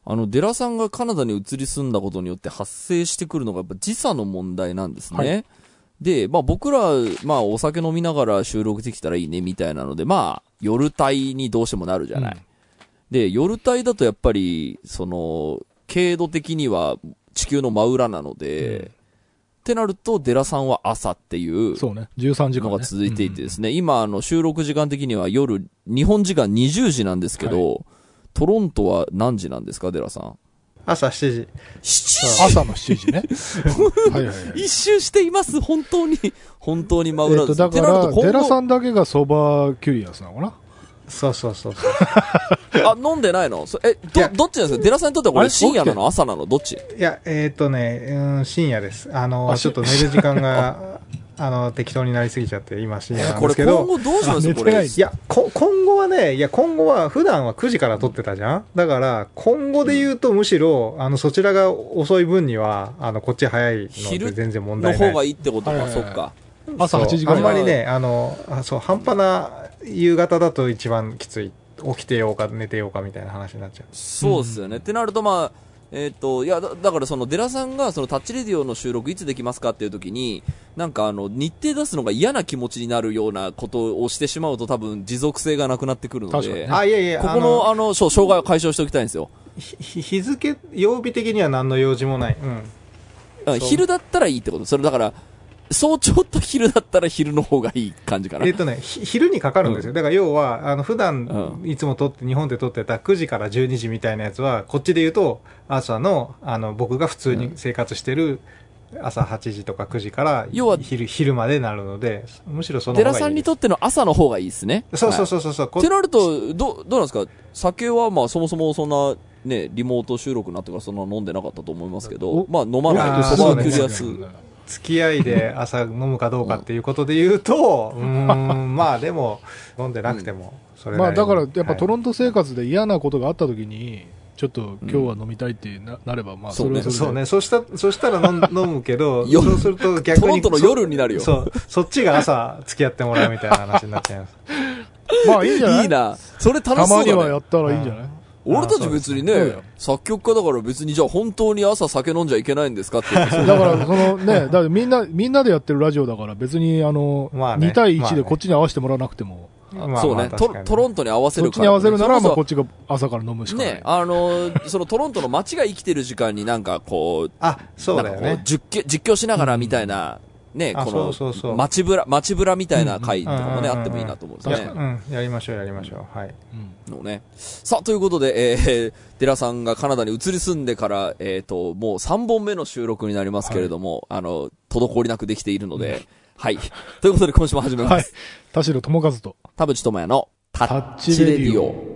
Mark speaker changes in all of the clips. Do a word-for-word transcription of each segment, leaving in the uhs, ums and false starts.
Speaker 1: あのデラさんがカナダに移り住んだことによって発生してくるのがやっぱ時差の問題なんですね、はい、で、まあ、僕ら、まあ、お酒飲みながら収録できたらいいねみたいなので、まあ、夜帯にどうしてもなるじゃない、うん、で夜帯だとやっぱりその経度的には地球の真裏なので、うんってなるとデラさんは朝っていうのが続いていてですね、今あの収録時間的には夜日本時間にじゅうじなんですけど、はい、トロントは何時なんですかデラさん？
Speaker 2: 朝しちじ。
Speaker 1: しちじ？
Speaker 3: 朝のしちじね。はいはいはい。
Speaker 1: 一周しています本当に本当に真裏です。
Speaker 3: えー、だからデラさんだけがソバキュリアスなのかな。
Speaker 2: そうそうそうそう
Speaker 1: あ、飲んでないの？そえ、ど、どっちなんですか？デラさんにとってはこれ深夜なの朝なのどっち？
Speaker 2: いや、えー、っとね、うん、深夜です。あの、ちょっと寝る時間が、あの、適当になりすぎちゃって、今深夜なんですけど。
Speaker 1: これ今後どうしますこれ？
Speaker 2: いや、こ、今後はね、いや、今後は、普段はくじから撮ってたじゃん？だから、今後で言うと、むしろ、あの、そちらが遅い分には、あの、こっち早いので全然問題ない。
Speaker 1: 昼の方がいいってことか、そっか。
Speaker 3: 朝はちじぐらい。
Speaker 2: あんまりね、あの、あそう、半端な夕方だと一番きつい。起きてようか寝てようかみたいな話になっちゃう。
Speaker 1: そうですよね、うん、ってなるとまあえっ、ー、といや だ, だからそのデラさんがそのタッチレディオの収録いつできますかっていう時になんかあの日程出すのが嫌な気持ちになるようなことをしてしまうと多分持続性がなくなってくるので、
Speaker 2: ね、あいやいや
Speaker 1: ここのあの障害を解消しておきたいんですよ。
Speaker 2: 日付曜日的には何の用事もない、
Speaker 1: うん、昼だったらいいってこと。それだから早朝と昼だったら昼の方がいい感じかな。
Speaker 2: えっとね、昼にかかるんですよ。うん、だから要は、あの、普段、いつも撮って、日本で撮ってたくじからじゅうにじみたいなやつは、こっちで言うと、朝の、あの、僕が普通に生活してる、朝はちじとかくじから、要は昼、昼までなるので、むしろその方がいいです。
Speaker 1: デラさんにとっての朝の方がいいですね。
Speaker 2: そうそうそうそう。
Speaker 1: はい、ってなると、ど、どうなんですか？酒は、まあ、そもそもそんな、ね、リモート収録になってからそんな飲んでなかったと思いますけど、まあ、飲まないと、そばはキュリアス。
Speaker 2: 付き合いで朝飲むかどうかっていうことで言うと、うーん、まあでも飲んでなくてもそれなりに、
Speaker 3: まあだからやっぱトロント生活で嫌なことがあった時にちょっと今日は飲みたいってな、なればまあそれはそれで
Speaker 2: そうね、そうしたそしたら飲飲むけどそうすると逆に
Speaker 1: トロントの夜になるよ。
Speaker 2: そうそっちが朝付き合ってもらうみたいな話になっちゃいます。
Speaker 3: まあいいんじゃない？
Speaker 1: いいな、それ楽しそうだね。たま
Speaker 3: にはやったらいいんじゃない？
Speaker 1: 俺たち別にね、作曲家だから別にじゃあ本当に朝酒飲んじゃいけないんですかってだ
Speaker 3: からそのね、だからみんなみんなでやってるラジオだから別にあの、まあね、に対いちでこっちに合わせてもらわなくても、
Speaker 1: まあね、そうね、ト, トロントに合わせるから、ね、
Speaker 3: そっちに合わせるならまあこっちが朝から飲むしかない。
Speaker 1: ね、あのそのトロントの街が生きてる時間になんかこう、
Speaker 2: あ、そうだよね、
Speaker 1: なんかこう実, 実況しながらみたいな。うんね、この街ブラ街ブラみたいな回とかもね、あってもいいなと思うんですね。
Speaker 2: うん、やりましょうやりましょう。はい。
Speaker 1: のね。さあということで、えー、デラさんがカナダに移り住んでからえっ、ー、ともうさんぼんめの収録になりますけれども、はい、あの滞りなくできているので、うん、はい。ということで今週も始めます。はい。
Speaker 3: 田代智和と
Speaker 1: 田淵智也のタッチレディオ。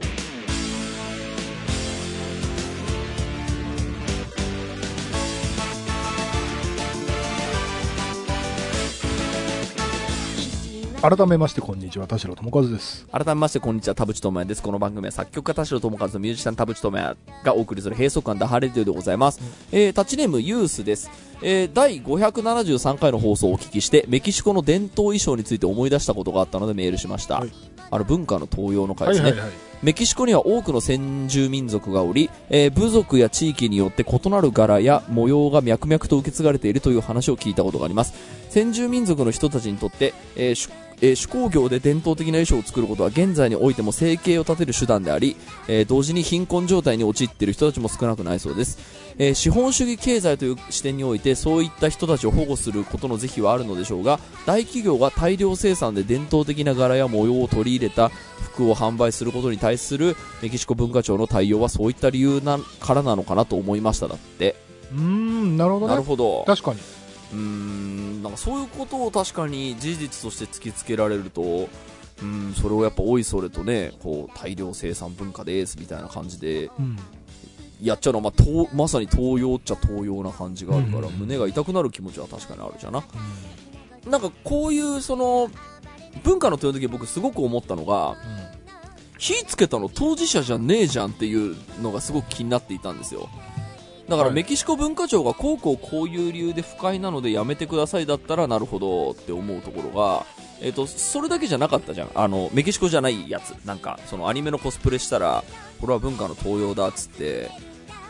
Speaker 3: 改めましてこんにちは、田代智和です。
Speaker 1: 改めましてこんにちは、田淵智也です。この番組は作曲家田代智和とミュージシャン田淵智也がお送りする閉塞感ダハレディオでございます。うん、えー、タッチネームユースです。えー、だいごひゃくななじゅうさんかいの放送をお聞きしてメキシコの伝統衣装について思い出したことがあったのでメールしました。はい、あの文化の東洋の会ですね。はいはいはい、メキシコには多くの先住民族がおり、えー、部族や地域によって異なる柄や模様が脈々と受け継がれているという話を聞いたことがあります。先住民族の人たちにとって、えーえー、手工業で伝統的な衣装を作ることは現在においても生計を立てる手段であり、えー、同時に貧困状態に陥っている人たちも少なくないそうです。えー、資本主義経済という視点においてそういった人たちを保護することの是非はあるのでしょうが、大企業が大量生産で伝統的な柄や模様を取り入れた服を販売することに対するメキシコ文化庁の対応はそういった理由なからなのかなと思いましただって。
Speaker 3: うーん、なるほどね。
Speaker 1: なるほど。
Speaker 3: 確かに。
Speaker 1: うーん、なんかそういうことを確かに事実として突きつけられると、うーん、それをやっぱおいそれとね、こう大量生産文化ですみたいな感じでやっちゃうのは、まあ、とまさに東洋っちゃ東洋な感じがあるから、うんうんうん、胸が痛くなる気持ちは確かにあるじゃな、うん、なんかこういうその文化の問いの時僕すごく思ったのが、うん、火つけたの当事者じゃねえじゃんっていうのがすごく気になっていたんですよ。だからメキシコ文化庁がこうこうこういう理由で不快なのでやめてくださいだったらなるほどって思うところが、えーと、それだけじゃなかったじゃん。あのメキシコじゃないやつなんかそのアニメのコスプレしたらこれは文化の盗用だっつって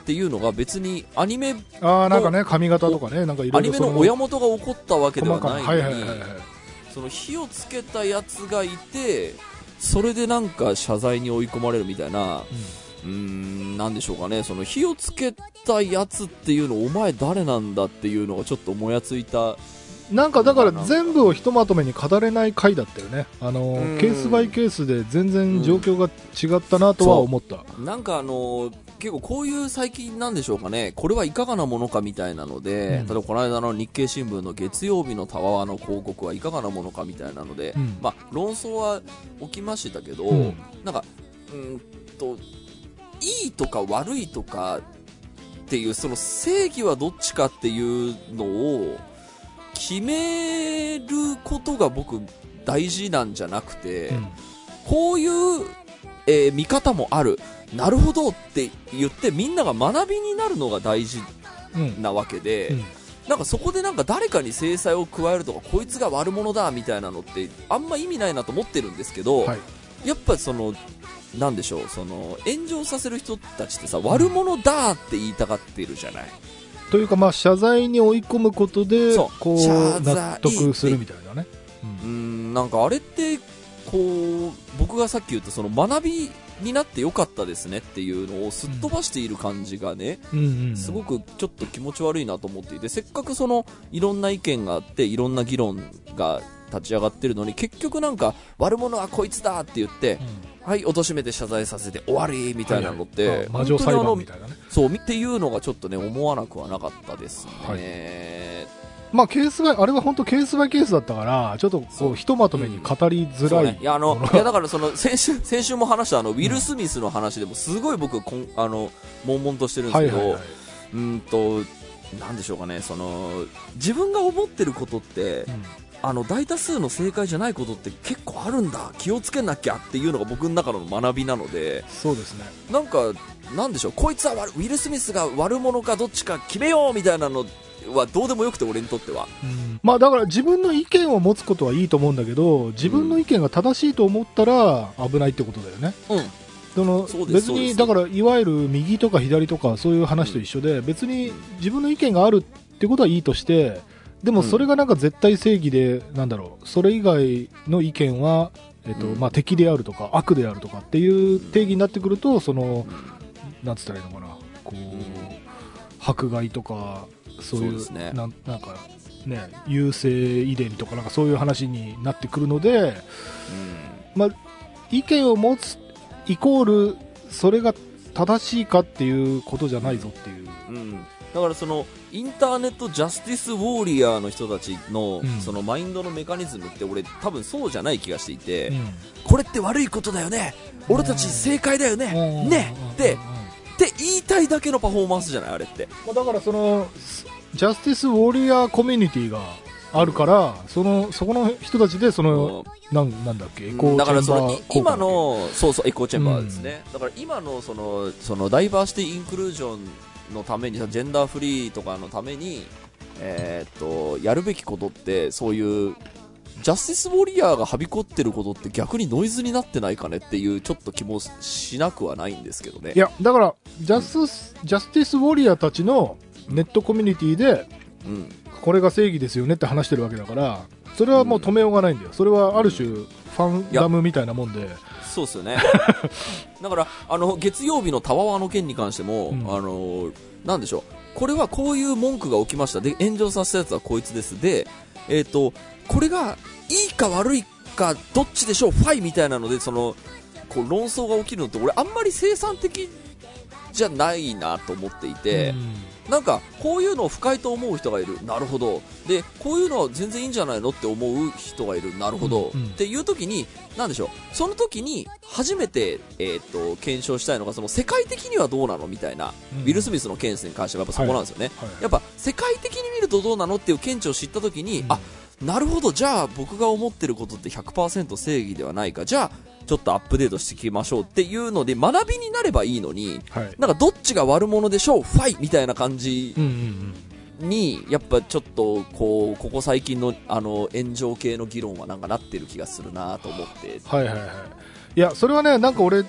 Speaker 1: っていうのが別にアニメ
Speaker 3: ああなんかね髪型とかねなんかいろいろ
Speaker 1: アニメの親元が起こったわけではないのに、
Speaker 3: はいはいはいはい、
Speaker 1: その火をつけたやつがいてそれでなんか謝罪に追い込まれるみたいな、うん、うーんなんでしょうかね、その火をつけたやつっていうのお前誰なんだっていうのがちょっともやついた。
Speaker 3: なんかだから全部をひとまとめに語れない回だったよね。あのケースバイケースで全然状況が違ったなとは思った、
Speaker 1: うん、なんかあの結構こういう最近なんでしょうかね、これはいかがなものかみたいなので、うん、例えばこの間の日経新聞の月曜日のたわわの広告はいかがなものかみたいなので、うん、まあ論争は起きましたけど、うん、なんかうんといいとか悪いとかっていうその正義はどっちかっていうのを決めることが僕大事なんじゃなくて、うん、こういう、えー、見方もある、なるほどって言ってみんなが学びになるのが大事なわけで、うんうん、なんかそこでなんか誰かに制裁を加えるとかこいつが悪者だみたいなのってあんま意味ないなと思ってるんですけど、はい、やっぱそのなんでしょう、その炎上させる人たちってさ、悪者だって言いたがってるじゃない。
Speaker 3: というかまあ謝罪に追い込むことでこう納得するみたいなね。
Speaker 1: うん、うんなんかあれってこう僕がさっき言ったその学びになってよかったですねっていうのをすっ飛ばしている感じがね、うん、すごくちょっと気持ち悪いなと思っていて、せっかくそのいろんな意見があっていろんな議論が立ち上がってるのに結局なんか悪者はこいつだって言って、うん、はい貶めて謝罪させて終わりみたいなのって、はいはい、
Speaker 3: 魔女裁判みたいなね、
Speaker 1: そうっていうのがちょっとね思わなくはなかったですね、はい、
Speaker 3: まあケースバイあれは本当ケースバイケースだったからちょっとこうひとまとめに語りづらい、うんね、
Speaker 1: いやあのいやだからその先週先週も話したあのウィル・スミスの話でもすごい僕こんあの悶々としてるんですけど、はいはいはい、うんとなんでしょうかね、その自分が思ってることって、うんあの大多数の正解じゃないことって結構あるんだ、気をつけなきゃっていうのが僕の中の学びなので、
Speaker 3: そうですね、
Speaker 1: なんかなんでしょう、こいつはウィル・スミスが悪者かどっちか決めようみたいなのはどうでもよくて俺にとっては、
Speaker 3: うん、まあだから自分の意見を持つことはいいと思うんだけど自分の意見が正しいと思ったら危ないってことだよね。うんその別にだからいわゆる右とか左とかそういう話と一緒で、うん、別に自分の意見があるってことはいいとしてでもそれがなんか絶対正義で、なんだろう、それ以外の意見は、えっと、まあ敵であるとか悪であるとかっていう定義になってくると、その、なんつったらいいのかな、こう、迫害とか、そういう、そうですね、な, なんかね、優勢遺伝とかなんかそういう話になってくるので、うん、まあ意見を持つイコール、それが正しいかっていうことじゃないぞっていう。
Speaker 1: うんだからそのインターネットジャスティスウォーリアーの人たち の,、うん、そのマインドのメカニズムって俺多分そうじゃない気がしていて、うん、これって悪いことだよね、俺たち正解だよね、うん、ねってって言いたいだけのパフォーマンスじゃないあれって。
Speaker 3: だからそのジャスティスウォーリアーコミュニティがあるから、そのそこの人たちでその、うん、なんなんだっけエコーチェンバー、
Speaker 1: だからその今のそうそうエコーチェンバーですね、だから今のそのそのダイバーシティインクルージョンのためにジェンダーフリーとかのために、えー、っとやるべきことってそういうジャスティスウォリアーがはびこってることって逆にノイズになってないかねっていうちょっと気もしなくはないんですけどね。
Speaker 3: いやだからジャス、うん、ジャスティスウォリアーたちのネットコミュニティで、うん、これが正義ですよねって話してるわけだからそれはもう止めようがないんだよ。それはある種ファンダムみたいなもんで。
Speaker 1: そうですよねだからあの月曜日のたわわの件に関しても、うん、あのなんでしょう、これはこういう文句が起きましたで炎上させたやつはこいつですで、えーと、これがいいか悪いかどっちでしょうファイみたいなのでそのこう論争が起きるのって俺あんまり生産的じゃないなと思っていて、うん、なんかこういうのを不快と思う人がいる、なるほど、でこういうのは全然いいんじゃないのって思う人がいる、なるほど、うんうん、っていう時になんでしょう、その時に初めて、えー、と検証したいのがその世界的にはどうなのみたいな、うん、ウィル・スミスのケースに関してはやっぱそこなんですよね、はいはい、やっぱ世界的に見るとどうなのっていう見地を知った時に、うん、あなるほど、じゃあ僕が思ってることって ひゃくパーセント 正義ではないか、じゃあちょっとアップデートしていきましょうっていうので学びになればいいのに、はい、なんかどっちが悪者でしょうファイみたいな感じにやっぱちょっとこうここ最近のあの炎上系の議論はなんかなってる気がするなと思って。
Speaker 3: はいはいはい。いやそれはねなんか俺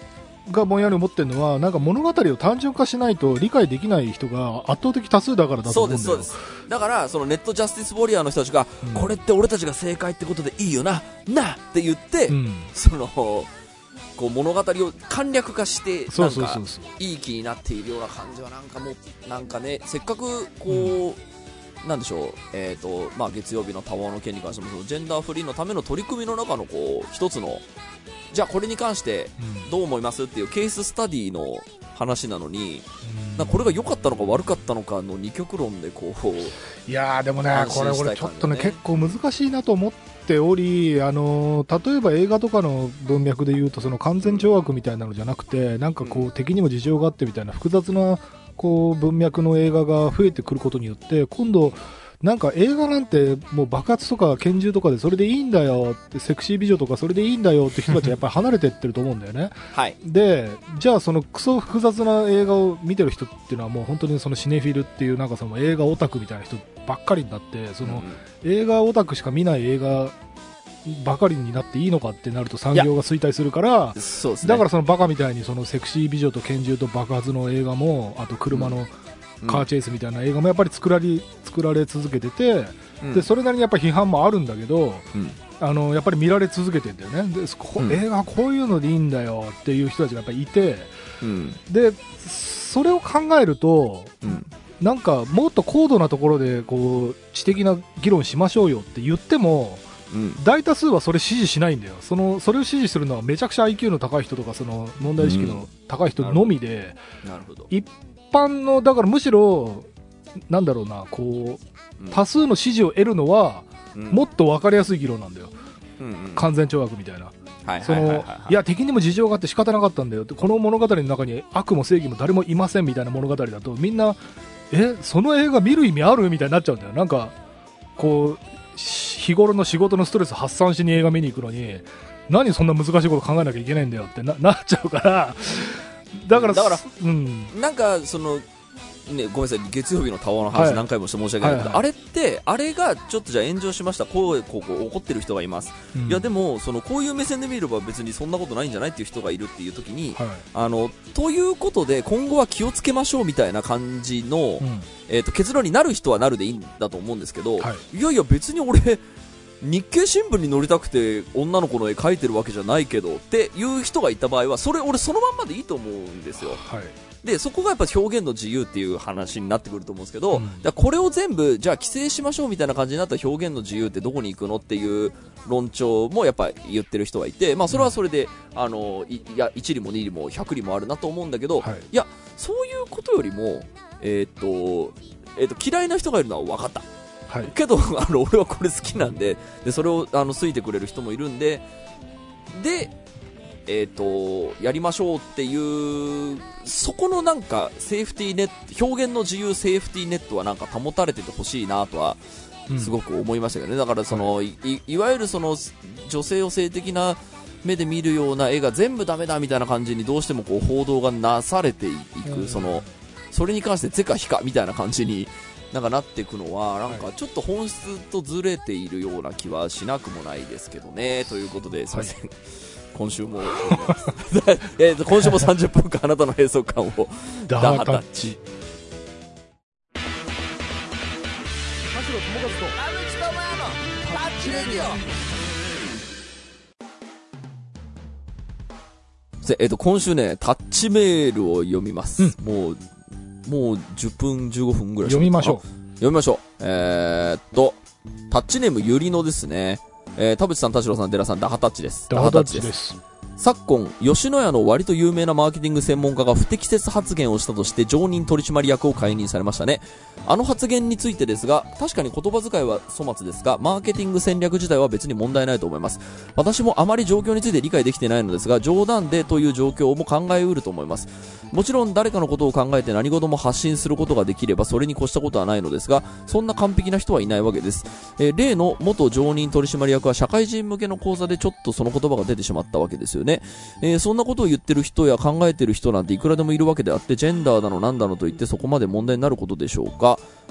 Speaker 3: がぼんやり思ってるのは、なんか物語を単純化しないと理解できない人が圧倒的多数だからだと思うんだよ。
Speaker 1: そうです、そうです。だからそのネットジャスティスウォリアーの人たちが、うん、これって俺たちが正解ってことでいいよななって言って、うん、そのこう物語を簡略化してなんかいい気になっているような感じはなんかもうなんかね、せっかくこう、うんなんでしょう、えーとまあ、月曜日のタワーの件に関してもそのジェンダーフリーのための取り組みの中のこう一つのじゃあこれに関してどう思いますっていうケーススタディの話なのに、うん、なんかこれが良かったのか悪かったのかの二極論でこう
Speaker 3: いやーでもねこれ俺ちょっとね結構難しいなと思っており、あのー、例えば映画とかの文脈で言うとその完全懲悪みたいなのじゃなくてなんかこう、うん、敵にも事情があってみたいな複雑なこう文脈の映画が増えてくることによって今度なんか映画なんてもう爆発とか拳銃とかでそれでいいんだよってセクシー美女とかそれでいいんだよって人たちはやっぱり離れていってると思うんだよね
Speaker 1: はい、
Speaker 3: でじゃあそのクソ複雑な映画を見てる人っていうのはもう本当にそのシネフィルっていうなんかその映画オタクみたいな人ばっかりになってその映画オタクしか見ない映画ばかりになっていいのかってなると産業が衰退するから、
Speaker 1: そうですね、
Speaker 3: だからそのバカみたいにそのセクシー美女と拳銃と爆発の映画もあと車のカーチェイスみたいな映画もやっぱり作られ、作られ続けてて、うん、でそれなりにやっぱり批判もあるんだけど、うん、あのやっぱり見られ続けてんだよねでこ、うん、映画こういうのでいいんだよっていう人たちがやっぱりいて、うん、でそれを考えると、うん、なんかもっと高度なところでこう知的な議論しましょうよって言ってもうん、大多数はそれ支持しないんだよ。そのそれを支持するのはめちゃくちゃ アイキュー の高い人とかその問題意識の高い人のみで、
Speaker 1: うん、なるほど。
Speaker 3: 一般のだからむしろなんだろうなこう、うん、多数の支持を得るのは、うん、もっと分かりやすい議論なんだよ、うんうん、完全懲悪みたいな。そのいや敵にも事情があって仕方なかったんだよってこの物語の中に悪も正義も誰もいませんみたいな物語だとみんなえその映画見る意味あるみたいになっちゃうんだよ。なんかこう日頃の仕事のストレス発散しに映画見に行くのに何そんな難しいこと考えなきゃいけないんだよって な, なっちゃうからだから
Speaker 1: だから、
Speaker 3: うん、
Speaker 1: なんかそのね、ごめんなさい月曜日のタワーの話何回もして申し訳ないけど、はいはいはい、あれってあれがちょっとじゃあ炎上しましたこうこうこう怒ってる人がいます、うん、いやでもそのこういう目線で見れば別にそんなことないんじゃないっていう人がいるっていう時に、はい、あのということで今後は気をつけましょうみたいな感じの、うんえー、と結論になる人はなるでいいんだと思うんですけど、はい、いやいや別に俺日経新聞に載りたくて女の子の絵描いてるわけじゃないけどっていう人がいた場合はそれ俺そのまんまでいいと思うんですよ、はいでそこがやっぱ表現の自由っていう話になってくると思うんですけど、うん、だこれを全部じゃあ規制しましょうみたいな感じになったら表現の自由ってどこに行くのっていう論調もやっぱ言ってる人はいて、まあ、それはそれで、うん、あの い, いやいち理もに理もひゃく理もあるなと思うんだけど、はい、いやそういうことよりも、えーっとえーっと嫌いな人がいるのは分かった、はい、けどあの俺はこれ好きなんで、でそれをあの好いてくれる人もいるんででえー、とやりましょうっていうそこのなんかセーフティーネット表現の自由セーフティーネットはなんか保たれててほしいなとはすごく思いましたけどね、うん、だからその、はい、い, いわゆるその女性を性的な目で見るような絵が全部ダメだみたいな感じにどうしてもこう報道がなされていく、うん、そのそれに関して是か非かみたいな感じになんかなっていくのはなんかちょっと本質とずれているような気はしなくもないですけどねということですいません、はい今週もえと今週もさんじゅっぷんかんあなたの閉塞感を
Speaker 3: ダータッチ田代友和と田口智也のタッチレデ
Speaker 1: ィオえっと今週ねタッチメールを読みます、うん、もうもうじゅっぷんじゅうごふんぐらい
Speaker 3: 読みましょう
Speaker 1: 読みましょうえー、っとタッチネームゆりのですねえー、田淵さん、田代さん、寺さん、ダハタッチです。
Speaker 3: ダハタッチです。
Speaker 1: 昨今、吉野家の割と有名なマーケティング専門家が不適切発言をしたとして常任取締役を解任されましたね。あの発言についてですが、確かに言葉遣いは粗末ですが、マーケティング戦略自体は別に問題ないと思います。私もあまり状況について理解できていないのですが、冗談でという状況も考えうると思います。もちろん誰かのことを考えて何事も発信することができればそれに越したことはないのですが、そんな完璧な人はいないわけです。えー、例の元常任取締役は社会人向けの講座でちょっとその言葉が出てしまったわけですよね。えー、そんなことを言ってる人や考えてる人なんていくらでもいるわけであって、ジェンダーだのなんだのと言ってそこまで問題になることでしょうか。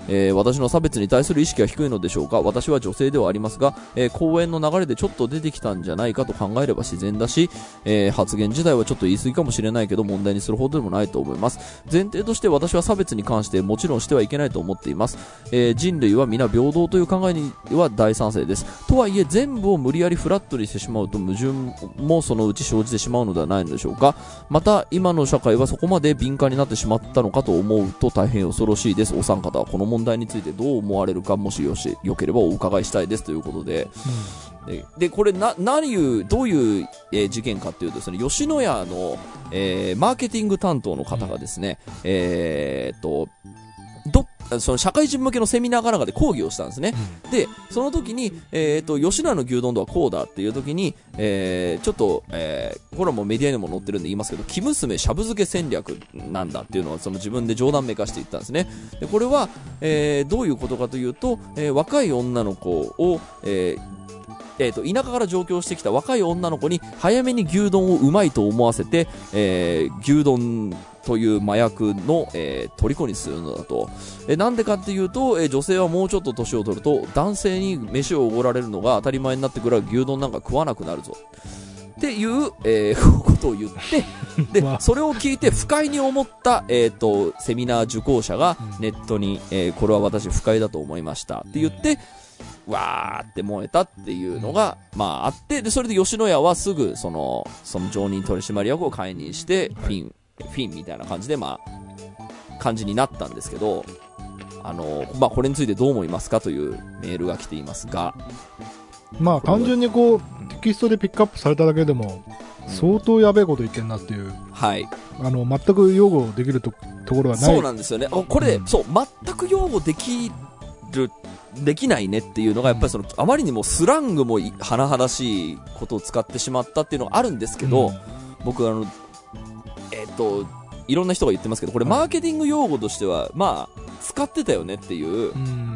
Speaker 1: えー、私の差別に対する意識は低いのでしょうか。私は女性ではありますが、えー、講演の流れでちょっと出てきたんじゃないかと考えれば自然だし、えー、発言自体はちょっと言い過ぎかもしれないけど問題にするほどでもないと思います。前提として私は差別に関してもちろんしてはいけないと思っています。えー、人類は皆平等という考えには大賛成です。とはいえ全部を無理やりフラットにしてしまうと矛盾もそのうち生じてしまうのではないのでしょうか。また今の社会はそこまで敏感になってしまったのかと思うと大変恐ろしいです。お三方はこの問題についてどう思われるか、もしよしよければお伺いしたいですということで、うん、で, でこれな何いうどういう、えー、事件かというとですね、吉野家の、えー、マーケティング担当の方がですね、うん、えー、っとどその社会人向けのセミナーかなんかで講義をしたんですね、うん、でその時に、えー、と吉野家の牛丼とはこうだっていう時に、えー、ちょっと、えー、これはもうメディアにも載ってるんで言いますけど、生娘しゃぶ漬け戦略なんだっていうのはその自分で冗談めかして言ったんですね。でこれは、えー、どういうことかというと、えー、若い女の子を、えーえー、と田舎から上京してきた若い女の子に早めに牛丼をうまいと思わせて、えー、牛丼という麻薬の、えー、虜にするのだと。えー、なんでかっていうと、えー、女性はもうちょっと年を取ると男性に飯をおごられるのが当たり前になってくるから牛丼なんか食わなくなるぞっていう、えー、ことを言ってでそれを聞いて不快に思った、えー、とセミナー受講者がネットに、えー、これは私不快だと思いましたって言ってわーって燃えたっていうのが、まああって、で、それで吉野家はすぐ、その、その常任取締役を解任して、フィン、フィンみたいな感じで、まあ、感じになったんですけど、あの、まあこれについてどう思いますかというメールが来ていますが。
Speaker 3: まあ単純にこう、テキストでピックアップされただけでも、相当やべえこと言ってんなっていう。
Speaker 1: はい。
Speaker 3: あの、全く擁護できると、ところはない。
Speaker 1: そうなんですよね。これ、うん、そう、全く擁護できる、できないねっていうのがやっぱりそのあまりにもスラングも甚だしいことを使ってしまったっていうのがあるんですけど、うん、僕あのえっといろんな人が言ってますけど、これマーケティング用語としてはまあ使ってたよねっていう、うん、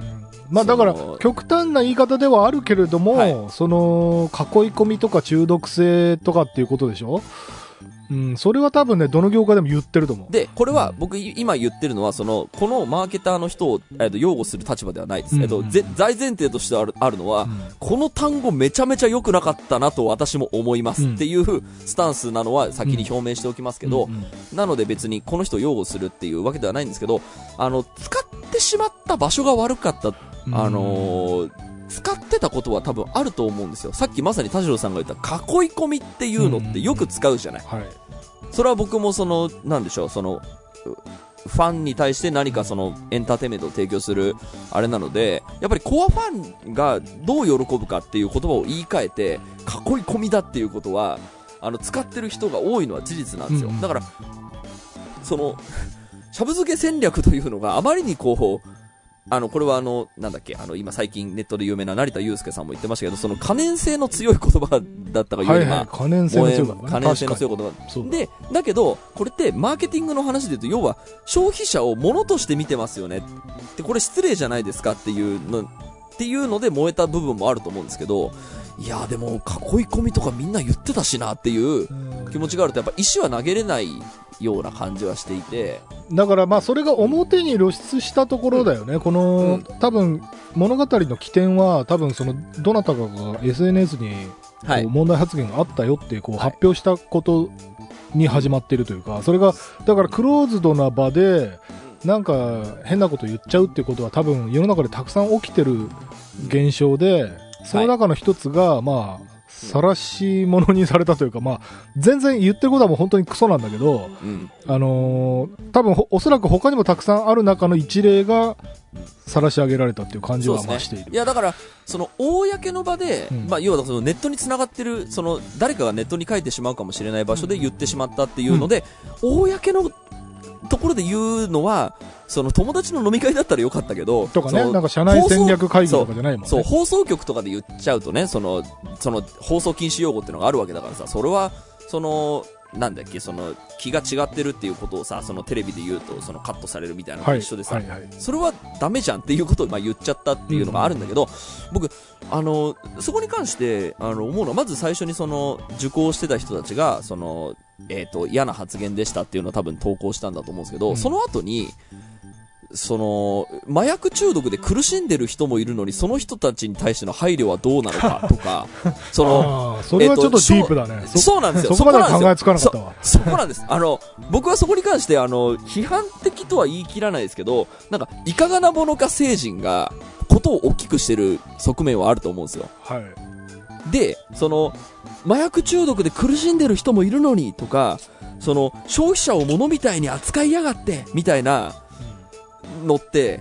Speaker 3: まあだから極端な言い方ではあるけれども、はい、その囲い込みとか中毒性とかっていうことでしょ。うん、それは多分ね、どの業界でも言ってると思う。
Speaker 1: で、これは僕今言ってるのは、その、このマーケターの人を、えっと、擁護する立場ではないです。うんうん、えっと、ぜ大前提としてある、あるのは、うん、この単語めちゃめちゃ良くなかったなと私も思いますっていうスタンスなのは先に表明しておきますけど、うんうんうん、なので別にこの人を擁護するっていうわけではないんですけど、あの、使ってしまった場所が悪かった、あのー、使ってたことは多分あると思うんですよ。さっきまさに田代さんが言った囲い込みっていうのってよく使うじゃない。うんうん、はい。それは僕もその、なんでしょう、その、ファンに対して何かそのエンターテインメントを提供するあれなので、やっぱりコアファンがどう喜ぶかっていう言葉を言い換えて、囲い込みだっていうことは、あの、使ってる人が多いのは事実なんですよ。だから、その、しゃぶ漬け戦略というのがあまりにこう、あの、これはあの、なんだっけ、あの、今最近ネットで有名な成田悠輔さんも言ってましたけど、その可燃性の強い言葉だったがゆえに、
Speaker 3: はいはい、可燃性の強い言葉、
Speaker 1: 可燃性の強い言葉。で、だけど、これってマーケティングの話で言うと、要は消費者を物として見てますよね。で、これ失礼じゃないですかっていうの、っていうので燃えた部分もあると思うんですけど、いやでも囲い込みとかみんな言ってたしなっていう気持ちがあると、やっぱ石は投げれないような感じはしていて、
Speaker 3: だからまあそれが表に露出したところだよね、うん、この、うん、多分物語の起点は多分そのどなたかが エスエヌエス にこう問題発言があったよってこう発表したことに始まっているというか、それがだからクローズドな場でなんか変なこと言っちゃうっていうことは多分世の中でたくさん起きてる現象で、その中の一つがまあ晒し者にされたというか、まあ、全然言ってることはもう本当にクソなんだけど、うん、あのー、多分おそらく他にもたくさんある中の一例が晒し上げられたっていう感じはまあしている。
Speaker 1: ね、いやだからその公の場で、うん、まあ要はそのネットに繋がってるその誰かがネットに書いてしまうかもしれない場所で言ってしまったっていうので、うん、公のところで言うのは。その友達の飲み会だったらよかったけど、
Speaker 3: とかね、なんか社内戦略会議とかじゃないもんね。
Speaker 1: そう、放送局とかで言っちゃうとね、その、その放送禁止用語っていうのがあるわけだからさ、それは、その、なんだっけ、その、気が違ってるっていうことをさ、そのテレビで言うと、そのカットされるみたいなのと一緒でさ、はいはいはい、それはダメじゃんっていうことをまあ言っちゃったっていうのがあるんだけど、うん、僕、あの、そこに関して、あの、思うのは、まず最初にその、受講してた人たちが、その、えっと、嫌な発言でしたっていうのを多分投稿したんだと思うんですけど、うん、その後に、 その、麻薬中毒で苦しんでる人もいるのに、その人たちに対しての配慮はどうなのかとか、その、
Speaker 3: それはちょっとディープだね。
Speaker 1: そ, そうなんですよ。
Speaker 3: そこまで考えつかなかったわ。
Speaker 1: そ, そこなんです。あの、僕はそこに関して、あの、批判的とは言い切らないですけど、なんか、いかがなものか成人が、ことを大きくしてる側面はあると思うんですよ。
Speaker 3: はい。
Speaker 1: で、その、麻薬中毒で苦しんでる人もいるのにとか、その、消費者を物みたいに扱いやがって、みたいなのって、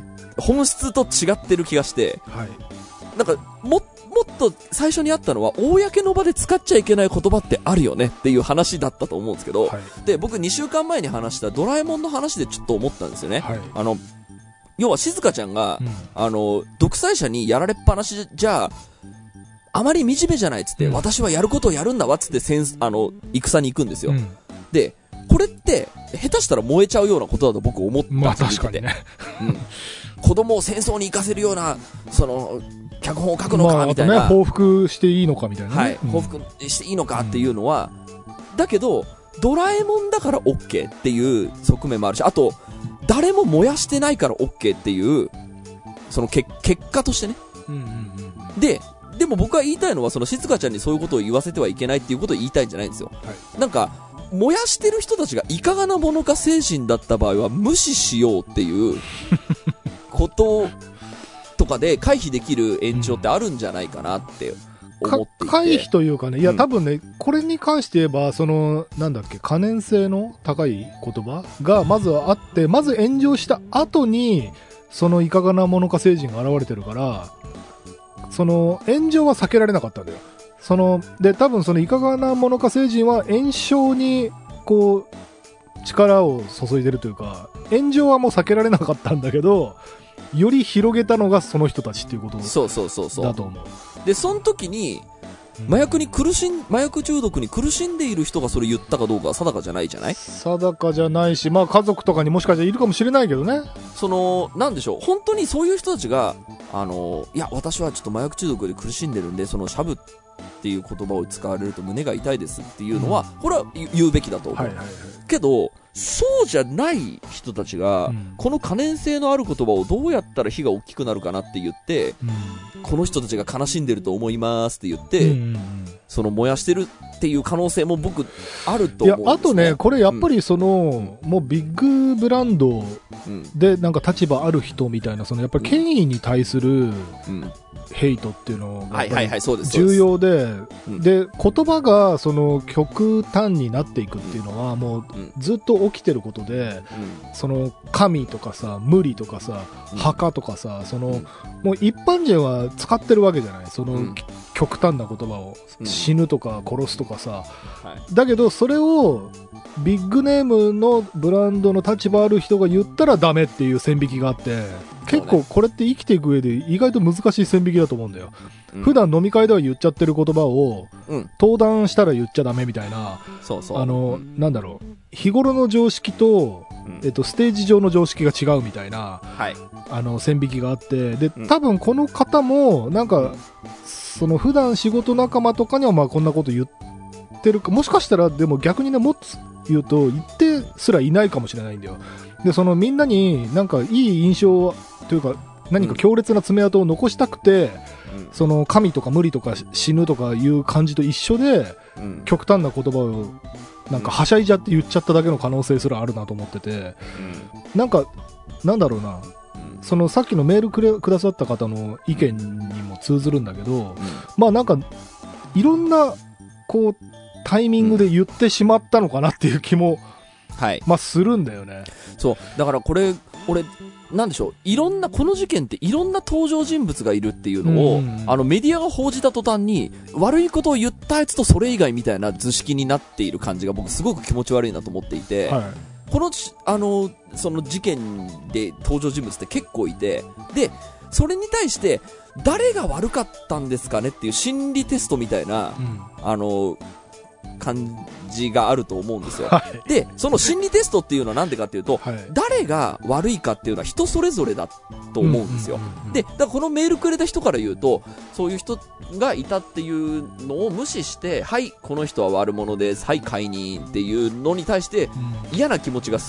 Speaker 1: 本質と違ってる気がして、
Speaker 3: はい。
Speaker 1: なんか、も、もっと最初にあったのは、公の場で使っちゃいけない言葉ってあるよねっていう話だったと思うんですけど、はい、で、僕にしゅうかんまえに話したドラえもんの話でちょっと思ったんですよね。はい、あの、要は静香ちゃんが、うん、あの、独裁者にやられっぱなしじゃ、あまり惨めじゃないっつって、うん、私はやることをやるんだわっつって戦、あの、戦に行くんですよ。うん、で、これって、下手したら燃えちゃうようなことだと僕思ったんですよ。
Speaker 3: まあ確かにね。
Speaker 1: うん。子供を戦争に行かせるような、その、脚本を書くのか、みたいな。
Speaker 3: まあ、あとね、報復していいのかみたいな、ね。
Speaker 1: はい。報復していいのかっていうのは、うん、だけど、ドラえもんだから OK っていう側面もあるし、あと、誰も燃やしてないから OK っていう、そのけ結果としてね。うんうんうん、で、でも僕が言いたいのは、その静香ちゃんにそういうことを言わせてはいけないっていうことを言いたいんじゃないんですよ。はい、なんか、燃やしてる人たちがいかがなものか精神だった場合は無視しようっていうこととかで回避できる延長ってあるんじゃないかなって思っていて。
Speaker 3: 回避というかね、いや、うん、多分ね、これに関して言えば、その、なんだっけ、可燃性の高い言葉がまずはあって、まず炎上した後に、そのいかがなものか精神が現れてるから、その炎上は避けられなかったんだよ。そので多分そのいかがなものか星人は炎症にこう力を注いでるというか、炎上はもう避けられなかったんだけど、より広げたのがその人たちっていうことだと思う。
Speaker 1: そうそうそうそう。
Speaker 3: う
Speaker 1: でその時に麻薬に苦しん麻薬中毒に苦しんでいる人がそれ言ったかどうかは定かじゃないじゃない？
Speaker 3: 定かじゃないし、まあ家族とかにもしかしたらいるかもしれないけどね。
Speaker 1: そのなんでしょう、本当にそういう人たちがあのいや私はちょっと麻薬中毒で苦しんでるんで、そのシャブっていう言葉を使われると胸が痛いですっていうのは、うん、これは言うべきだと思う、はいはいはい、けどそうじゃない人たちが、うん、この可燃性のある言葉をどうやったら火が大きくなるかなって言って、うん、この人たちが悲しんでると思いますって言って、うんうんうん、その燃やしてるっていう可能性も僕あると思うんですね。
Speaker 3: いやあとね、これやっぱりその、うん、もうビッグブランドでなんか立場ある人みたいな、そのやっぱり権威に対する、うんヘイトっていうのが重要で、で言葉がその極端になっていくっていうのはもうずっと起きてることで、その神とかさ無理とかさ墓とかさ、そのもう一般人は使ってるわけじゃない、その極端な言葉を、死ぬとか殺すとかさ、だけどそれをビッグネームのブランドの立場ある人が言ったらダメっていう線引きがあって、結構これって生きていく上で意外と難しい線引きだと思うんだよ、うん、普段飲み会では言っちゃってる言葉を、うん、登壇したら言っちゃダメみたいな、
Speaker 1: そうそう、
Speaker 3: あの、うん、なんだろう、日頃の常識と、うんえっと、ステージ上の常識が違うみたいな、はい、あの線引きがあって、で多分この方もなんかその普段仕事仲間とかにはまあこんなこと言ってるか、もしかしたらでも逆にね、もっと言うと言ってすらいないかもしれないんだよ。でそのみんなになんかいい印象というか何か強烈な爪痕を残したくて、うん、その神とか無理とか死ぬとかいう感じと一緒で、うん、極端な言葉をなんかはしゃいじゃって言っちゃっただけの可能性すらあるなと思ってて、うん、なんかなんだろうな、うん、そのさっきのメールくれくださった方の意見にも通ずるんだけど、うん、まあなんかいろんなこうタイミングで言ってしまったのかなっていう気も、はい、まあするんだよね。
Speaker 1: そうだからこれ俺なんでしょう、いろんなこの事件っていろんな登場人物がいるっていうのを、うん、あのメディアが報じた途端に悪いことを言ったやつとそれ以外みたいな図式になっている感じが僕すごく気持ち悪いなと思っていて、はい、このあのその事件で登場人物って結構いて、でそれに対して誰が悪かったんですかねっていう心理テストみたいな、うん、あの感じがあると思うんですよ、はい、でその心理テストっていうのはなんでかっていうと、はい、誰が悪いかっていうのは人それぞれだと思うんですよ、うんうんうんうん、でだからこのメールくれた人から言うと、そういう人がいたっていうのを無視して、はいこの人は悪者です、はい解任っていうのに対して嫌な気持ちがするっ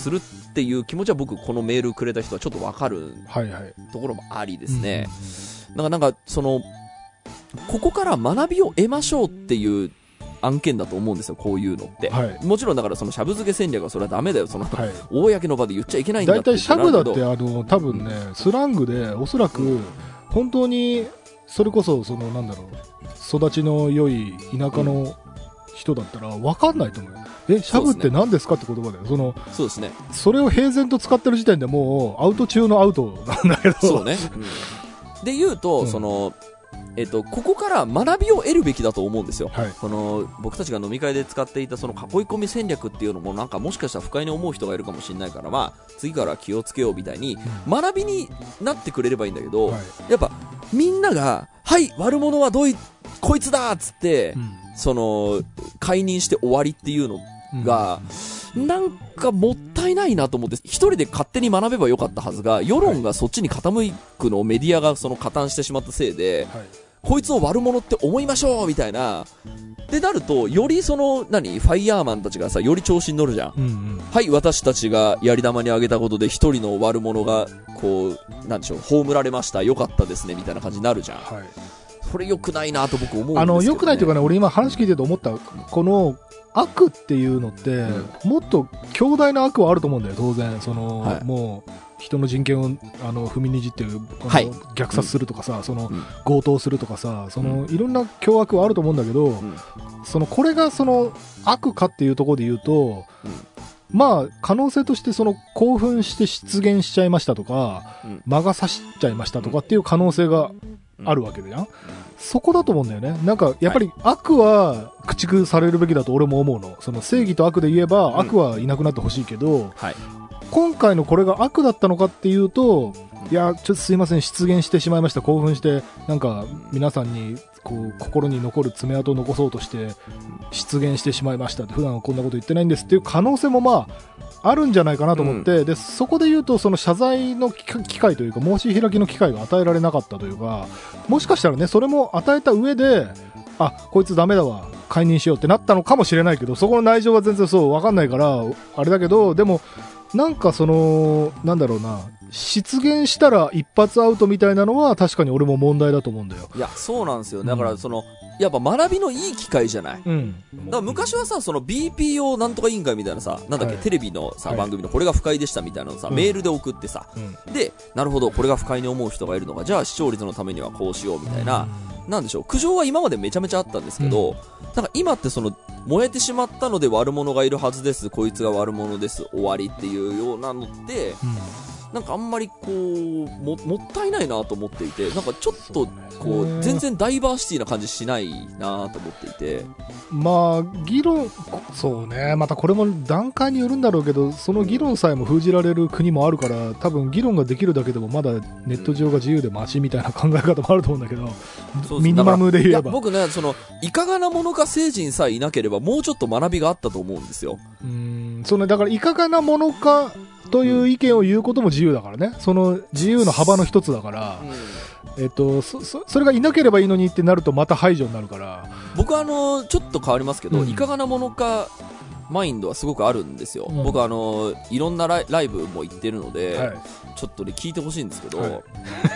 Speaker 1: っていう気持ちは僕このメールくれた人はちょっとわかるところもありですね。だからなんかそのここから学びを得ましょうっていう案件だと思うんですよ、こういうのって、はい、もちろんだからそのしゃぶ漬け戦略はそれはダメだよ、その、はい、公の場で言っちゃいけないんだって。
Speaker 3: 大体しゃぶだってあの多分ね、うん、スラングでおそらく本当にそれこそそのなんだろう、育ちの良い田舎の人だったら分かんないと思うよ。え、シャブって何ですかって言葉だよ。その、
Speaker 1: そうですね。
Speaker 3: それを平然と使ってる時点でもうアウト中のアウトなんだけど。
Speaker 1: そうね。うん、で言うと、うん、その、えっと、ここから学びを得るべきだと思うんですよ。はい、この僕たちが飲み会で使っていたその囲い込み戦略っていうのもなんかもしかしたら不快に思う人がいるかもしれないから、まあ次から気をつけようみたいに学びになってくれればいいんだけど、はい、やっぱみんながはい悪者はどいこいつだっつって、うん、その解任して終わりっていうのが、うん、なんかもったいないなと思って、一人で勝手に学べばよかったはずが、世論がそっちに傾くのをメディアがその加担してしまったせいで、はい、こいつを悪者って思いましょうみたいなでなると、よりその何ファイヤーマンたちがさ、より調子に乗るじゃん、うんうん、はい、私たちがやり玉にあげたことで一人の悪者がこうなんでしょう、葬られました、よかったですねみたいな感じになるじゃん、はい、それ良くないなと僕思うんですけど、ね、あの
Speaker 3: 良くないというかね、俺今話聞いてて思った、この悪っていうのって、うん、もっと強大な悪はあると思うんだよ、当然。その、はい、もう人の人権をあの踏みにじってる、はい、虐殺するとかさ、うん、その、うん、強盗するとかさ、その、うん、いろんな凶悪はあると思うんだけど、うん、そのこれがその悪かっていうところで言うと、うん、まあ可能性としてその興奮して出現しちゃいましたとか、うん、魔が差しちゃいましたとかっていう可能性があるわけじゃん、うん、そこだと思うんだよね。なんかやっぱり悪は駆逐されるべきだと俺も思うの。その正義と悪で言えば、うん、悪はいなくなってほしいけど、はい、今回のこれが悪だったのかっていうと、いやちょっとすいません、出現してしまいました、興奮してなんか皆さんにこう心に残る爪痕を残そうとして出現してしまいましたって、普段はこんなこと言ってないんですっていう可能性もまああるんじゃないかなと思って、うん、でそこで言うと、その謝罪の機会というか申し開きの機会が与えられなかったというか、もしかしたらね、それも与えた上で、あ、こいつダメだわ、解任しようってなったのかもしれないけど、そこの内情は全然そう分かんないからあれだけど、でもなんかそのなんだろうな、出現したら一発アウトみたいなのは確かに俺も問題だと思うんだよ。
Speaker 1: いやそうなんですよ。だからその、うん、やっぱ学びのいい機会じゃない、うん、だから昔はさ、その ビーピーオー なんとか委員会みたいなさ、なんだっけ、はい、テレビのさ、はい、番組のこれが不快でしたみたいなのさ、うん、メールで送ってさ、うん、でなるほどこれが不快に思う人がいるのか、じゃあ視聴率のためにはこうしようみたいな、うん、なんでしょう、苦情は今までめちゃめちゃあったんですけど、うん、なんか今ってその燃えてしまったので悪者がいるはずです、こいつが悪者です終わりっていうようなのって、うん、なんかあんまりこう も, もったいないなと思っていて、なんかちょっとこう全然ダイバーシティな感じしないなと思っていて、
Speaker 3: まあ議論、そうね、またこれも段階によるんだろうけど、その議論さえも封じられる国もあるから、多分議論ができるだけでもまだネット上が自由でマシみたいな考え方もあると思うんだけど、うん、ミニマムで言えば、
Speaker 1: 僕ね、そのいかがなものか成人さえいなければもうちょっと学びがあったと思うんですよ。
Speaker 3: うーん、そうね、だからいかがなものかという意見を言うことも自由だからね、その自由の幅の一つだから、うん、えっと、そ, そ, それがいなければいいのにってなるとまた排除になるから、
Speaker 1: 僕はあのちょっと変わりますけど、うん、いかがなものかマインドはすごくあるんですよ、うん、僕はあのいろんなライ, ライブも行ってるので、はい、ちょっとね聞いてほしいんですけど、はい、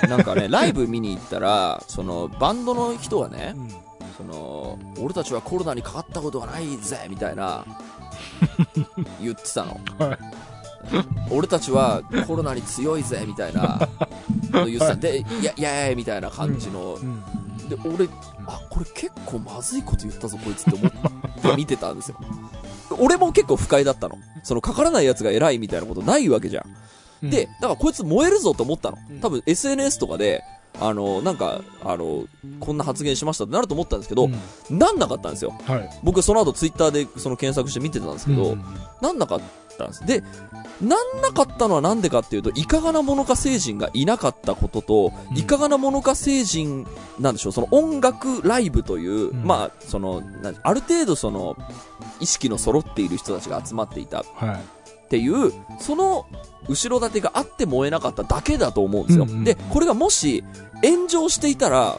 Speaker 1: なんかねライブ見に行ったらそのバンドの人がね、うん、その俺たちはコロナにかかったことがないぜみたいな言ってたの、はい、俺たちはコロナに強いぜみたいなの言ってた、はい、でいやいやいやみたいな感じの、うんうん、で俺あこれ結構まずいこと言ったぞこいつって思って見てたんですよ。俺も結構不快だったの。そのかからないやつが偉いみたいなことないわけじゃん、うん、でだからこいつ燃えるぞと思ったの。多分 エスエヌエス とかであのなんかあのこんな発言しましたってなると思ったんですけど、うん、なんなかったんですよ、はい、僕その後ツイッターでその検索して見てたんですけど、うん、なんなかったんです。でなんなかったのはなんでかっていうと、いかがなものか成人がいなかったことと、うん、いかがなものか成人なんでしょう、その音楽ライブという、うん、まあそのある程度その意識の揃っている人たちが集まっていたっていう、はい、その後ろ盾があって燃えなかっただけだと思うんですよ、うんうん、でこれがもし炎上していたら僕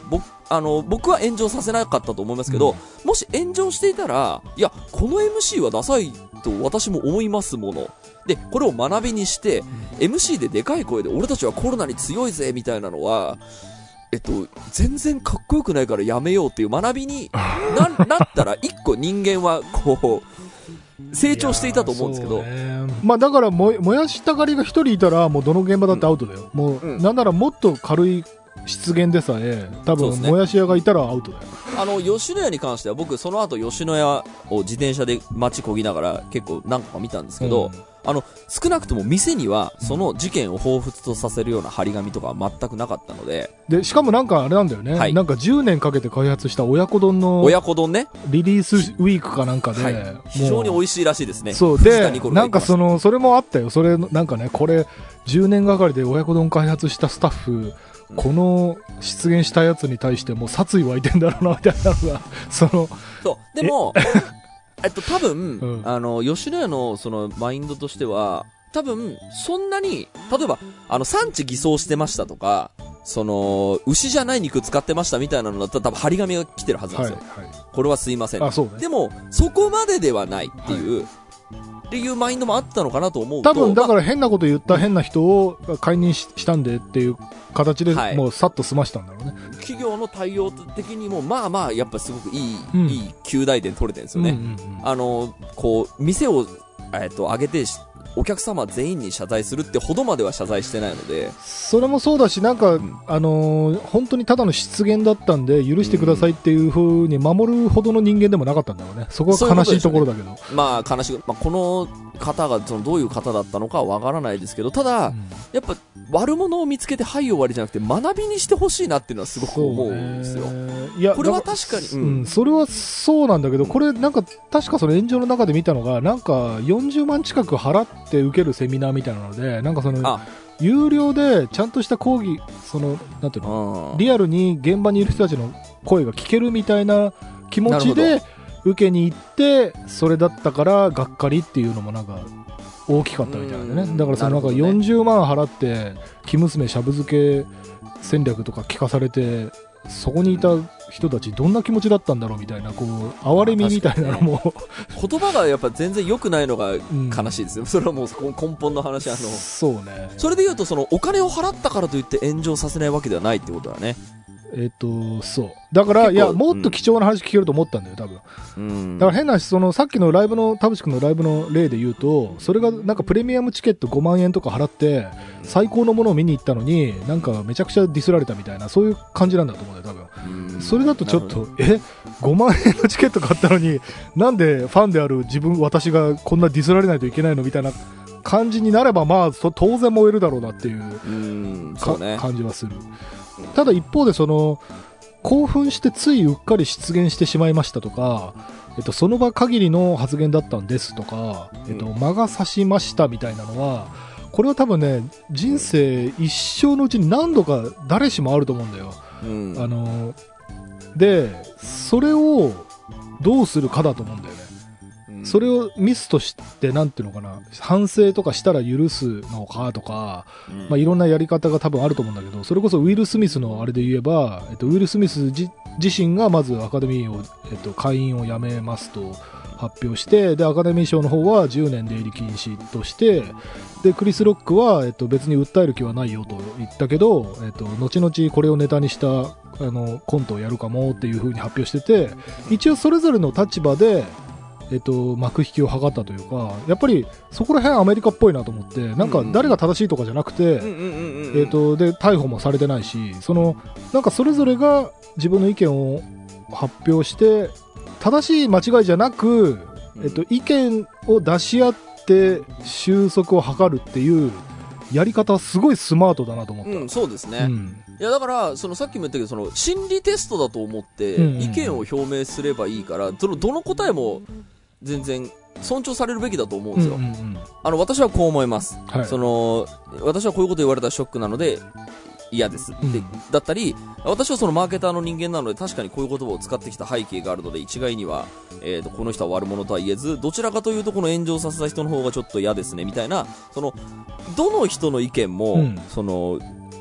Speaker 1: あの、僕は炎上させなかったと思いますけど、うん、もし炎上していたら、いや、この エムシー はダサいと私も思いますもの。で、これを学びにして、うん、エムシー ででかい声で俺たちはコロナに強いぜみたいなのは、えっと、全然かっこよくないからやめようっていう学びに な, なったら、一個人間はこう、成長していたと思うんですけど。
Speaker 3: まあだから燃やしたがりが一人いたら、もうどの現場だってアウトだよ。うん、もう、うん、なんならもっと軽い失言でさえ、多分、もやし屋がいたらアウトだよ。
Speaker 1: あの、吉野家に関しては、僕、その後、吉野家を自転車で街こぎながら、結構何個か見たんですけど、うん、あの、少なくとも店には、その事件を彷彿とさせるような張り紙とかは全くなかったので。
Speaker 3: で、しかもなんかあれなんだよね。はい、なんかじゅうねんかけて開発した親子丼の、
Speaker 1: 親子丼ね。
Speaker 3: リリースウィークかなんかで、はい、
Speaker 1: 非常に美味しいらしいですね。
Speaker 3: そう。で、なんかその、それもあったよ。それ、なんかね、これ、じゅうねんがかりで親子丼開発したスタッフ、この出現したやつに対してもう殺意湧いてんだろうなみたいなのがその
Speaker 1: そうでもえっと多分、うん、あの吉野家のそのマインドとしては多分そんなに例えばあの産地偽装してましたとかその牛じゃない肉使ってましたみたいなのだったら多分張り紙が来てるはずなんですよ、はいはい、これはすいません、
Speaker 3: あ、そうね、
Speaker 1: でもそこまでではないっていう、はいっていうマインドもあったのかなと思うと
Speaker 3: 多分だから変なこと言った変な人を解任 し, したんでっていう形でもうさっと済ましたんだろうね、はい、
Speaker 1: 企業の対応的にもまあまあやっぱすごくいい、うん、いい及第点取れてるんですよね、うんうんうん、あのこう店を、えー、と上げてお客様全員に謝罪するってほどまでは謝罪してないので
Speaker 3: それもそうだしなんか、うん、あのー、本当にただの失言だったんで許してくださいっていう風に守るほどの人間でもなかったんだろうね。そこは悲しいところだけど、
Speaker 1: ね、まあ悲しい、まあ、この方がそのどういう方だったのかはわからないですけどただ、うん、やっぱ悪者を見つけてはい終わりじゃなくて学びにしてほしいなっていうのはすごく思うんですよ。いやこれは確かに、
Speaker 3: うんうん、それはそうなんだけどこれなんか確かその炎上の中で見たのがなんかよんじゅうまん近く払って受けるセミナーみたいなのでなんかその有料でちゃんとした講義そのなんていうのリアルに現場にいる人たちの声が聞けるみたいな気持ちで受けに行ってそれだったからがっかりっていうのもなんか大きかったみたいなんでね。だからそのなんかよんじゅうまん払って生娘しゃぶ漬け戦略とか聞かされてそこにいた人たちどんな気持ちだったんだろうみたいなこう哀れみみたいなのも、ね、
Speaker 1: 言葉がやっぱ全然良くないのが悲しいですよ、うん、それはもう根本の話あの
Speaker 3: そうね
Speaker 1: それで言うとそのお金を払ったからといって炎上させないわけではないってことだね。
Speaker 3: えっと、そう。だから、いや、もっと貴重な話聞けると思ったんだよ、多分。うん、だから変な話、その、さっきのライブの、田淵君のライブの例で言うと、それがなんかプレミアムチケットごまんえんとか払って、最高のものを見に行ったのに、なんかめちゃくちゃディスられたみたいな、そういう感じなんだと思うんだよ、多分。うん、それだとちょっと、え ?ごまんえんのチケット買ったのに、なんでファンである自分、私がこんなディスられないといけないのみたいな感じになれば、まあ、当然燃えるだろうなっていう、うんそうね、感じはする。ただ一方でその興奮してついうっかり失言してしまいましたとか、えっと、その場限りの発言だったんですとか、えっと、間が差しましたみたいなのはこれは多分ね人生一生のうちに何度か誰しもあると思うんだよ、うん、あのでそれをどうするかだと思うんだよね。それをミスとしてなんていうのかな反省とかしたら許すのかとか、うんまあ、いろんなやり方が多分あると思うんだけどそれこそウィル・スミスのあれで言えば、えっと、ウィル・スミス自, 自身がまずアカデミーを、えっと、会員を辞めますと発表してでアカデミー賞の方はじゅうねん出入り禁止としてでクリス・ロックは、えっと、別に訴える気はないよと言ったけど、えっと、後々これをネタにしたあのコントをやるかもっていう風に発表してて一応それぞれの立場でえっと、幕引きを図ったというかやっぱりそこら辺アメリカっぽいなと思ってなんか誰が正しいとかじゃなくて、えっと、で逮捕もされてないしそのなんかそれぞれが自分の意見を発表して正しい間違いじゃなく、えっと、意見を出し合って収束を図るっていうやり方はすごいスマートだなと思った、
Speaker 1: うん、そうですね、うん、いやだからそのさっきも言ったけどその心理テストだと思って意見を表明すればいいから、うんうん、そのどの答えも全然尊重されるべきだと思うんですよ、うんうんうん、あの私はこう思います、はい、その私はこういうこと言われたらショックなので嫌です、うん、でだったり私はそのマーケターの人間なので確かにこういう言葉を使ってきた背景があるので一概には、えー、とこの人は悪者とは言えずどちらかというとこの炎上させた人の方がちょっと嫌ですねみたいなそのどの人の意見も、うん、その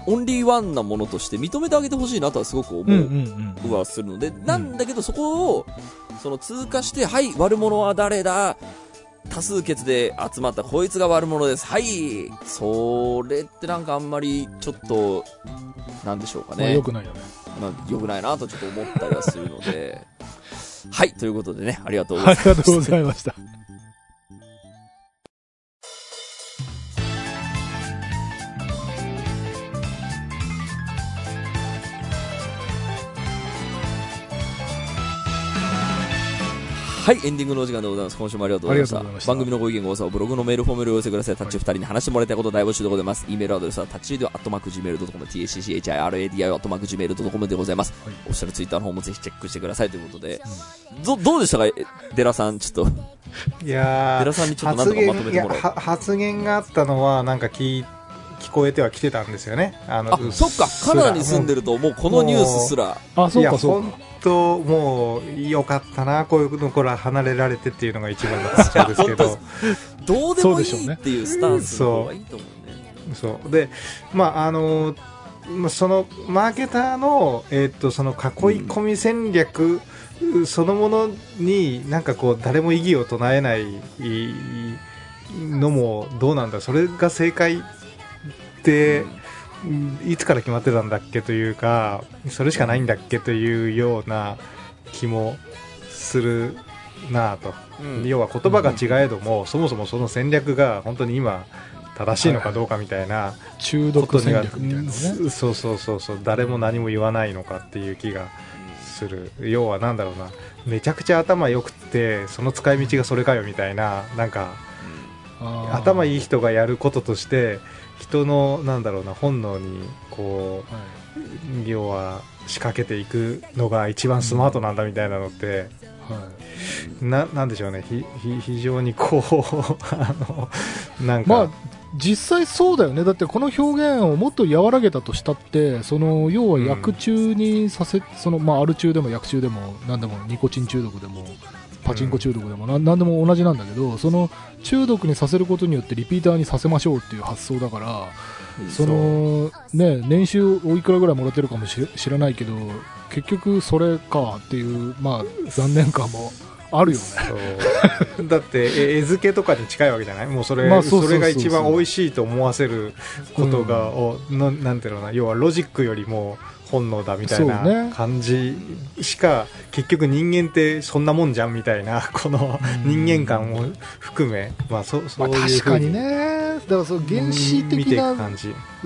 Speaker 1: オンリーワンなものとして認めてあげてほしいなとはすごく思うはするので、なんだけどそこをその通過して、はい、悪者は誰だ、多数決で集まったこいつが悪者です、はい、それってなんかあんまりちょっとなんでしょうかね、
Speaker 3: まあ、良くないよね、
Speaker 1: まあ、良くないなとちょっと思ったりはするのではい、ということでね、ありがとうございました。
Speaker 3: ありがとうございました。
Speaker 1: はい、エンディングのお時間でございます。今週もありがとうございました。
Speaker 3: ありがとうございました。
Speaker 1: 番組のご意見ご感想はブログのメールフォームよりお寄せください。タッチふたりに話してもらいたいこと大募集でございます。イーメールアドレスはタッチレディオアットマーク ジーメールドットコム、ティーエーシーシーエイチアイアールエーディーアイオーアットマーク ジーメールドットコム でございます。はい、オフィシャルツイッターの方もぜひチェックしてくださいということで、うん、ど, どうでしたか、デラさん、ちょっと。
Speaker 2: いやー、
Speaker 1: デラさんにちょっとなんとかまとめてもらおう。
Speaker 2: 発言があったのは、なんか聞聞こえてはきてたんですよね。
Speaker 1: あの、あ、そっか、カナダに住んでると、もうこのニュースすら。
Speaker 3: あ、そうか、そうか。
Speaker 2: ともう良かったな、こういうのから離れられてっていうのが一番の感想ですけど
Speaker 1: どうでもいいっていうスタンスの方がいいと思うね。
Speaker 2: そうそうで、まああのそのマーケターの、えー、っとその囲い込み戦略そのものになんかこう誰も異議を唱えないのもどうなんだ、それが正解って、うんいつから決まってたんだっけというか、それしかないんだっけというような気もするなぁと、うん、要は言葉が違えども、うん、そもそもその戦略が本当に今正しいのかどうかみたいな、
Speaker 3: 中毒戦略みたいなね、
Speaker 2: そうそうそうそう、誰も何も言わないのかっていう気がする。要はなんだろうな、めちゃくちゃ頭良くってその使い道がそれかよみたいな、なんか、うん、頭いい人がやることとして人のなんだろうな本能にこう、はい、要は仕掛けていくのが一番スマートなんだみたいなのって、うんはい、な, なんでしょうね、ひひ非常にこうあのなんか、
Speaker 3: まあ、実際そうだよね。だってこの表現をもっと和らげたとしたって、その要は薬中にさせ、うん、そのまあアル中でも薬中でも何でもニコチン中毒でもパチンコ中毒でも何でも同じなんだけど、その中毒にさせることによってリピーターにさせましょうっていう発想だから、そのね、年収おいくらぐらいもらってるかもし知らないけど、結局それかっていう、まあ残念感もあるよね。
Speaker 2: そうだって絵付けとかに近いわけじゃない。もうそれ、まあ、それが一番美味しいと思わせることが、うん、のなんていうのな、要はロジックよりも本能だみたいな感じしか、ね、結局人間ってそんなもんじゃんみたいな、この人間観を含め、まあ、そ, そういう、まあ、
Speaker 3: 確かにね。だからその原始的な
Speaker 2: 感じ、
Speaker 3: うん、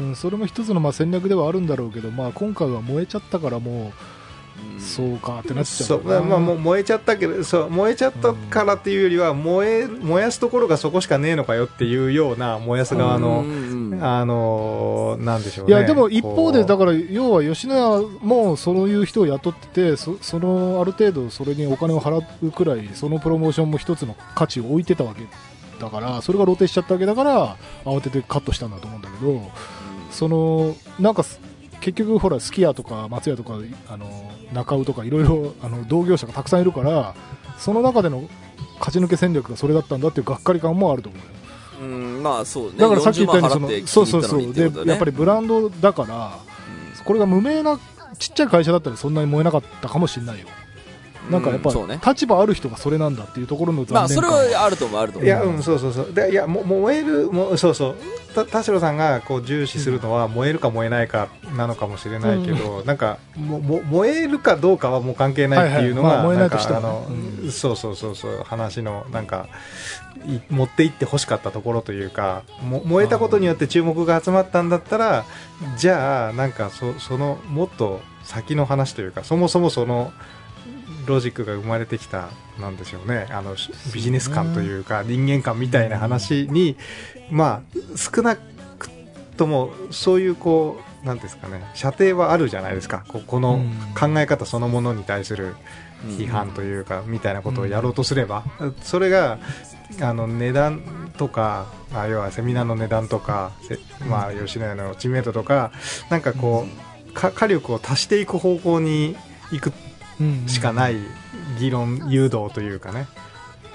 Speaker 3: それも一つのまあ戦略ではあるんだろうけど、まあ、今回は燃えちゃったからもうそうかってなっちゃう、
Speaker 2: そう、まあ、もう燃えちゃったけど、そう燃えちゃったからっていうよりは、燃え燃やすところがそこしかねえのかよっていうような燃やす側の、あのなんでしょうね。
Speaker 3: いやでも一方でだから要は吉野家もそういう人を雇ってて、そ, そのある程度それにお金を払うくらいそのプロモーションも一つの価値を置いてたわけだから、それが露呈しちゃったわけだから慌ててカットしたんだと思うんだけど、そのなんか結局ほらすき家とか松屋とかあの中尾とかいろいろ同業者がたくさんいるから、その中での勝ち抜け戦略がそれだったんだっていうがっかり感もあると思うよ。
Speaker 1: うん、まあそうね。
Speaker 3: だからさっき言ったようにそのそうそうそうで、やっぱりブランドだから、うん、これが無名なちっちゃい会社だったらそんなに燃えなかったかもしれないよ。なんかやっぱ、うんね、立場ある人がそれなんだっていうところの残念感、
Speaker 1: まあそれはあると思うあると思う。
Speaker 2: いや、うん、そうそうそう。で、いや、も燃えるもそうそう。た田代さんがこう重視するのは燃えるか燃えないかなのかもしれないけど、うん、なんかもも燃えるかどうかはもう関係ないっていうのが、なんかあの、うん、そうそうそうそう話のなんか持っていって欲しかったところというか、も燃えたことによって注目が集まったんだったら、じゃあなんか そ, そのもっと先の話というか、そもそもそのロジックが生まれてきたなんでしょうね、あのビジネス観というか人間観みたいな話に、まあ少なくともそういうこうなんですかね、射程はあるじゃないですか。こ, この考え方そのものに対する批判というかみたいなことをやろうとすれば、それがあの値段とか、あ要はセミナーの値段とか、まあ、吉野家の知名度とか、なんかこうか火力を足していく方向に行くしかない議論誘導というかね、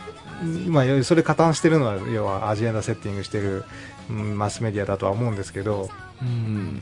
Speaker 2: まあ、それ加担してるのは要はアジェンダセッティングしてる、うん、マスメディアだとは思うんですけど、うん、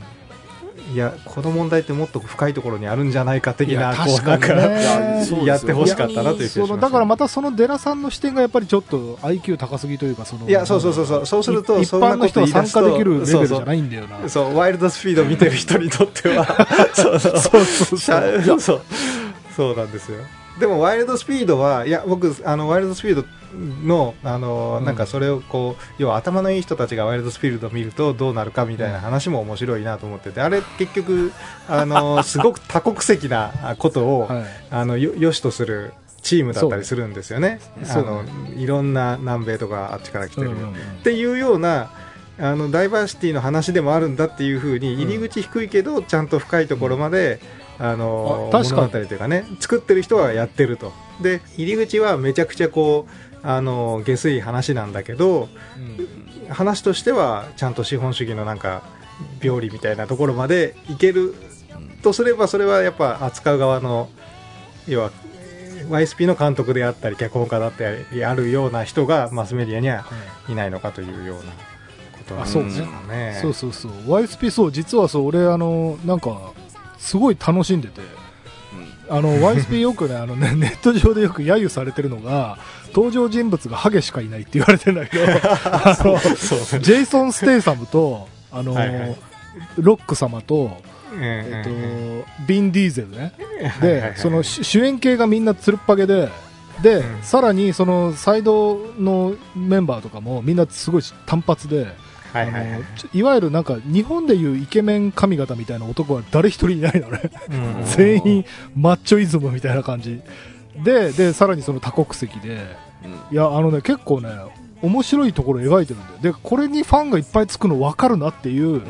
Speaker 2: いやこの問題ってもっと深いところにあるんじゃないか的な、こうなんかやってほしかったなという気がします、ね、
Speaker 3: だからまたそのデラさんの視点がやっぱりちょっと アイキュー 高すぎというか、その
Speaker 2: いやそうそうそうそうそうすると
Speaker 3: 一般の人は参加できるレベルじゃないんだよな。
Speaker 2: そうそうそうワイルドスピード見てる人にとってはそうそうそうそうそうそうなんですよ。でもワイルドスピードはいや僕あのワイルドスピードのあの、うん、なんかそれをこう要は頭のいい人たちがワイルドスピードを見るとどうなるかみたいな話も面白いなと思ってて、あれ結局あのすごく多国籍なことを、はい、あの よ, よしとするチームだったりするんですよね。あのいろんな南米とかあっちから来てる、うんうんうん、っていうようなあのダイバーシティの話でもあるんだっていう風に入り口低いけどちゃんと深いところまで、うん、あの物語というかね作ってる人はやってると。で入り口はめちゃくちゃこうあの下水話なんだけど、うん、話としてはちゃんと資本主義のなんか病理みたいなところまでいけるとすれば、それはやっぱ扱う側の要は ワイエスピー の監督であったり脚本家だったりあるような人がマスメディアにはいないのかというようなことなんですよね。
Speaker 3: そうそうそう ワイエスピー そう実はそう俺あのなんかすごい楽しんでて、うん、あの ワイエスピー よくねあのねネット上でよく揶揄されてるのが登場人物がハゲしかいないって言われてるんだけどあのジェイソン・ステイサムとあの、はいはい、ロック様と、えー、とビン・ディーゼルねで、はいはいはい、その主演系がみんなつるっぱげでで、うん、さらにそのサイドのメンバーとかもみんなすごい単発で、はいはいはい、あのいわゆるなんか日本でいうイケメン髪型みたいな男は誰一人いないのね全員マッチョイズムみたいな感じで、でさらにその多国籍で、うん、いやあのね結構ね面白いところを描いてるんだよ。でこれにファンがいっぱいつくの分かるなっていう、うん、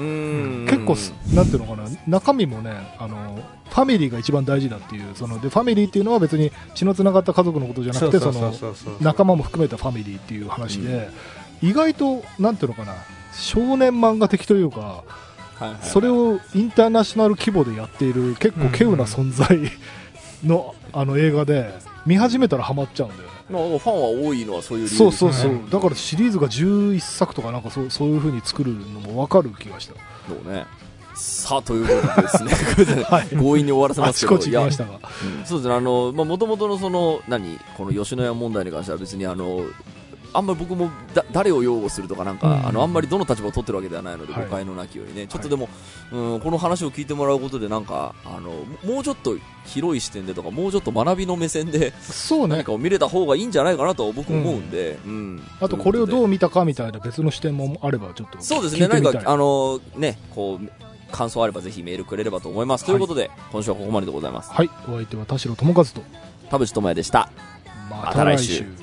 Speaker 3: 結構なんていうのかな中身もねあのファミリーが一番大事だっていうそのでファミリーっていうのは別に血のつながった家族のことじゃなくてその仲間も含めたファミリーっていう話で、うん、意外となんていうのかな少年漫画的というか、はいはいはい、それをインターナショナル規模でやっている結構稀有な存在の、うん、あの映画で見始めたらハマっちゃうんだよね。
Speaker 1: まあ、ファンは多いのはそういう理由
Speaker 3: そうそうそう、ね、だからシリーズがじゅういっさくとかなんかそう、そういう風に作るのも分かる気がした
Speaker 1: そうね。さあということでですね、はい、強引に終わらせますけど、
Speaker 3: あちこち行きましたが、
Speaker 1: うん、そうですね、あのもともとのその何この吉野家問題に関しては別にあのあんまり僕もだ誰を擁護するとかなんか、うん、あのあんまりどの立場を取ってるわけではないので、はい、誤解のなきようにねちょっとでも、はい、うん、この話を聞いてもらうことでなんかあのもうちょっと広い視点でとかもうちょっと学びの目線でそう、ね、何かを見れた方がいいんじゃないかなと僕思うんで、うんうん、
Speaker 3: あとこれをどう見たかみたいな別の視点もあればちょっと
Speaker 1: そうですね、何かあのねこう感想あればぜひメールくれればと思います、はい、ということで今週はここまででございます。
Speaker 3: はい、お相手は田代智和と
Speaker 1: 田淵智也でした。
Speaker 3: また来週。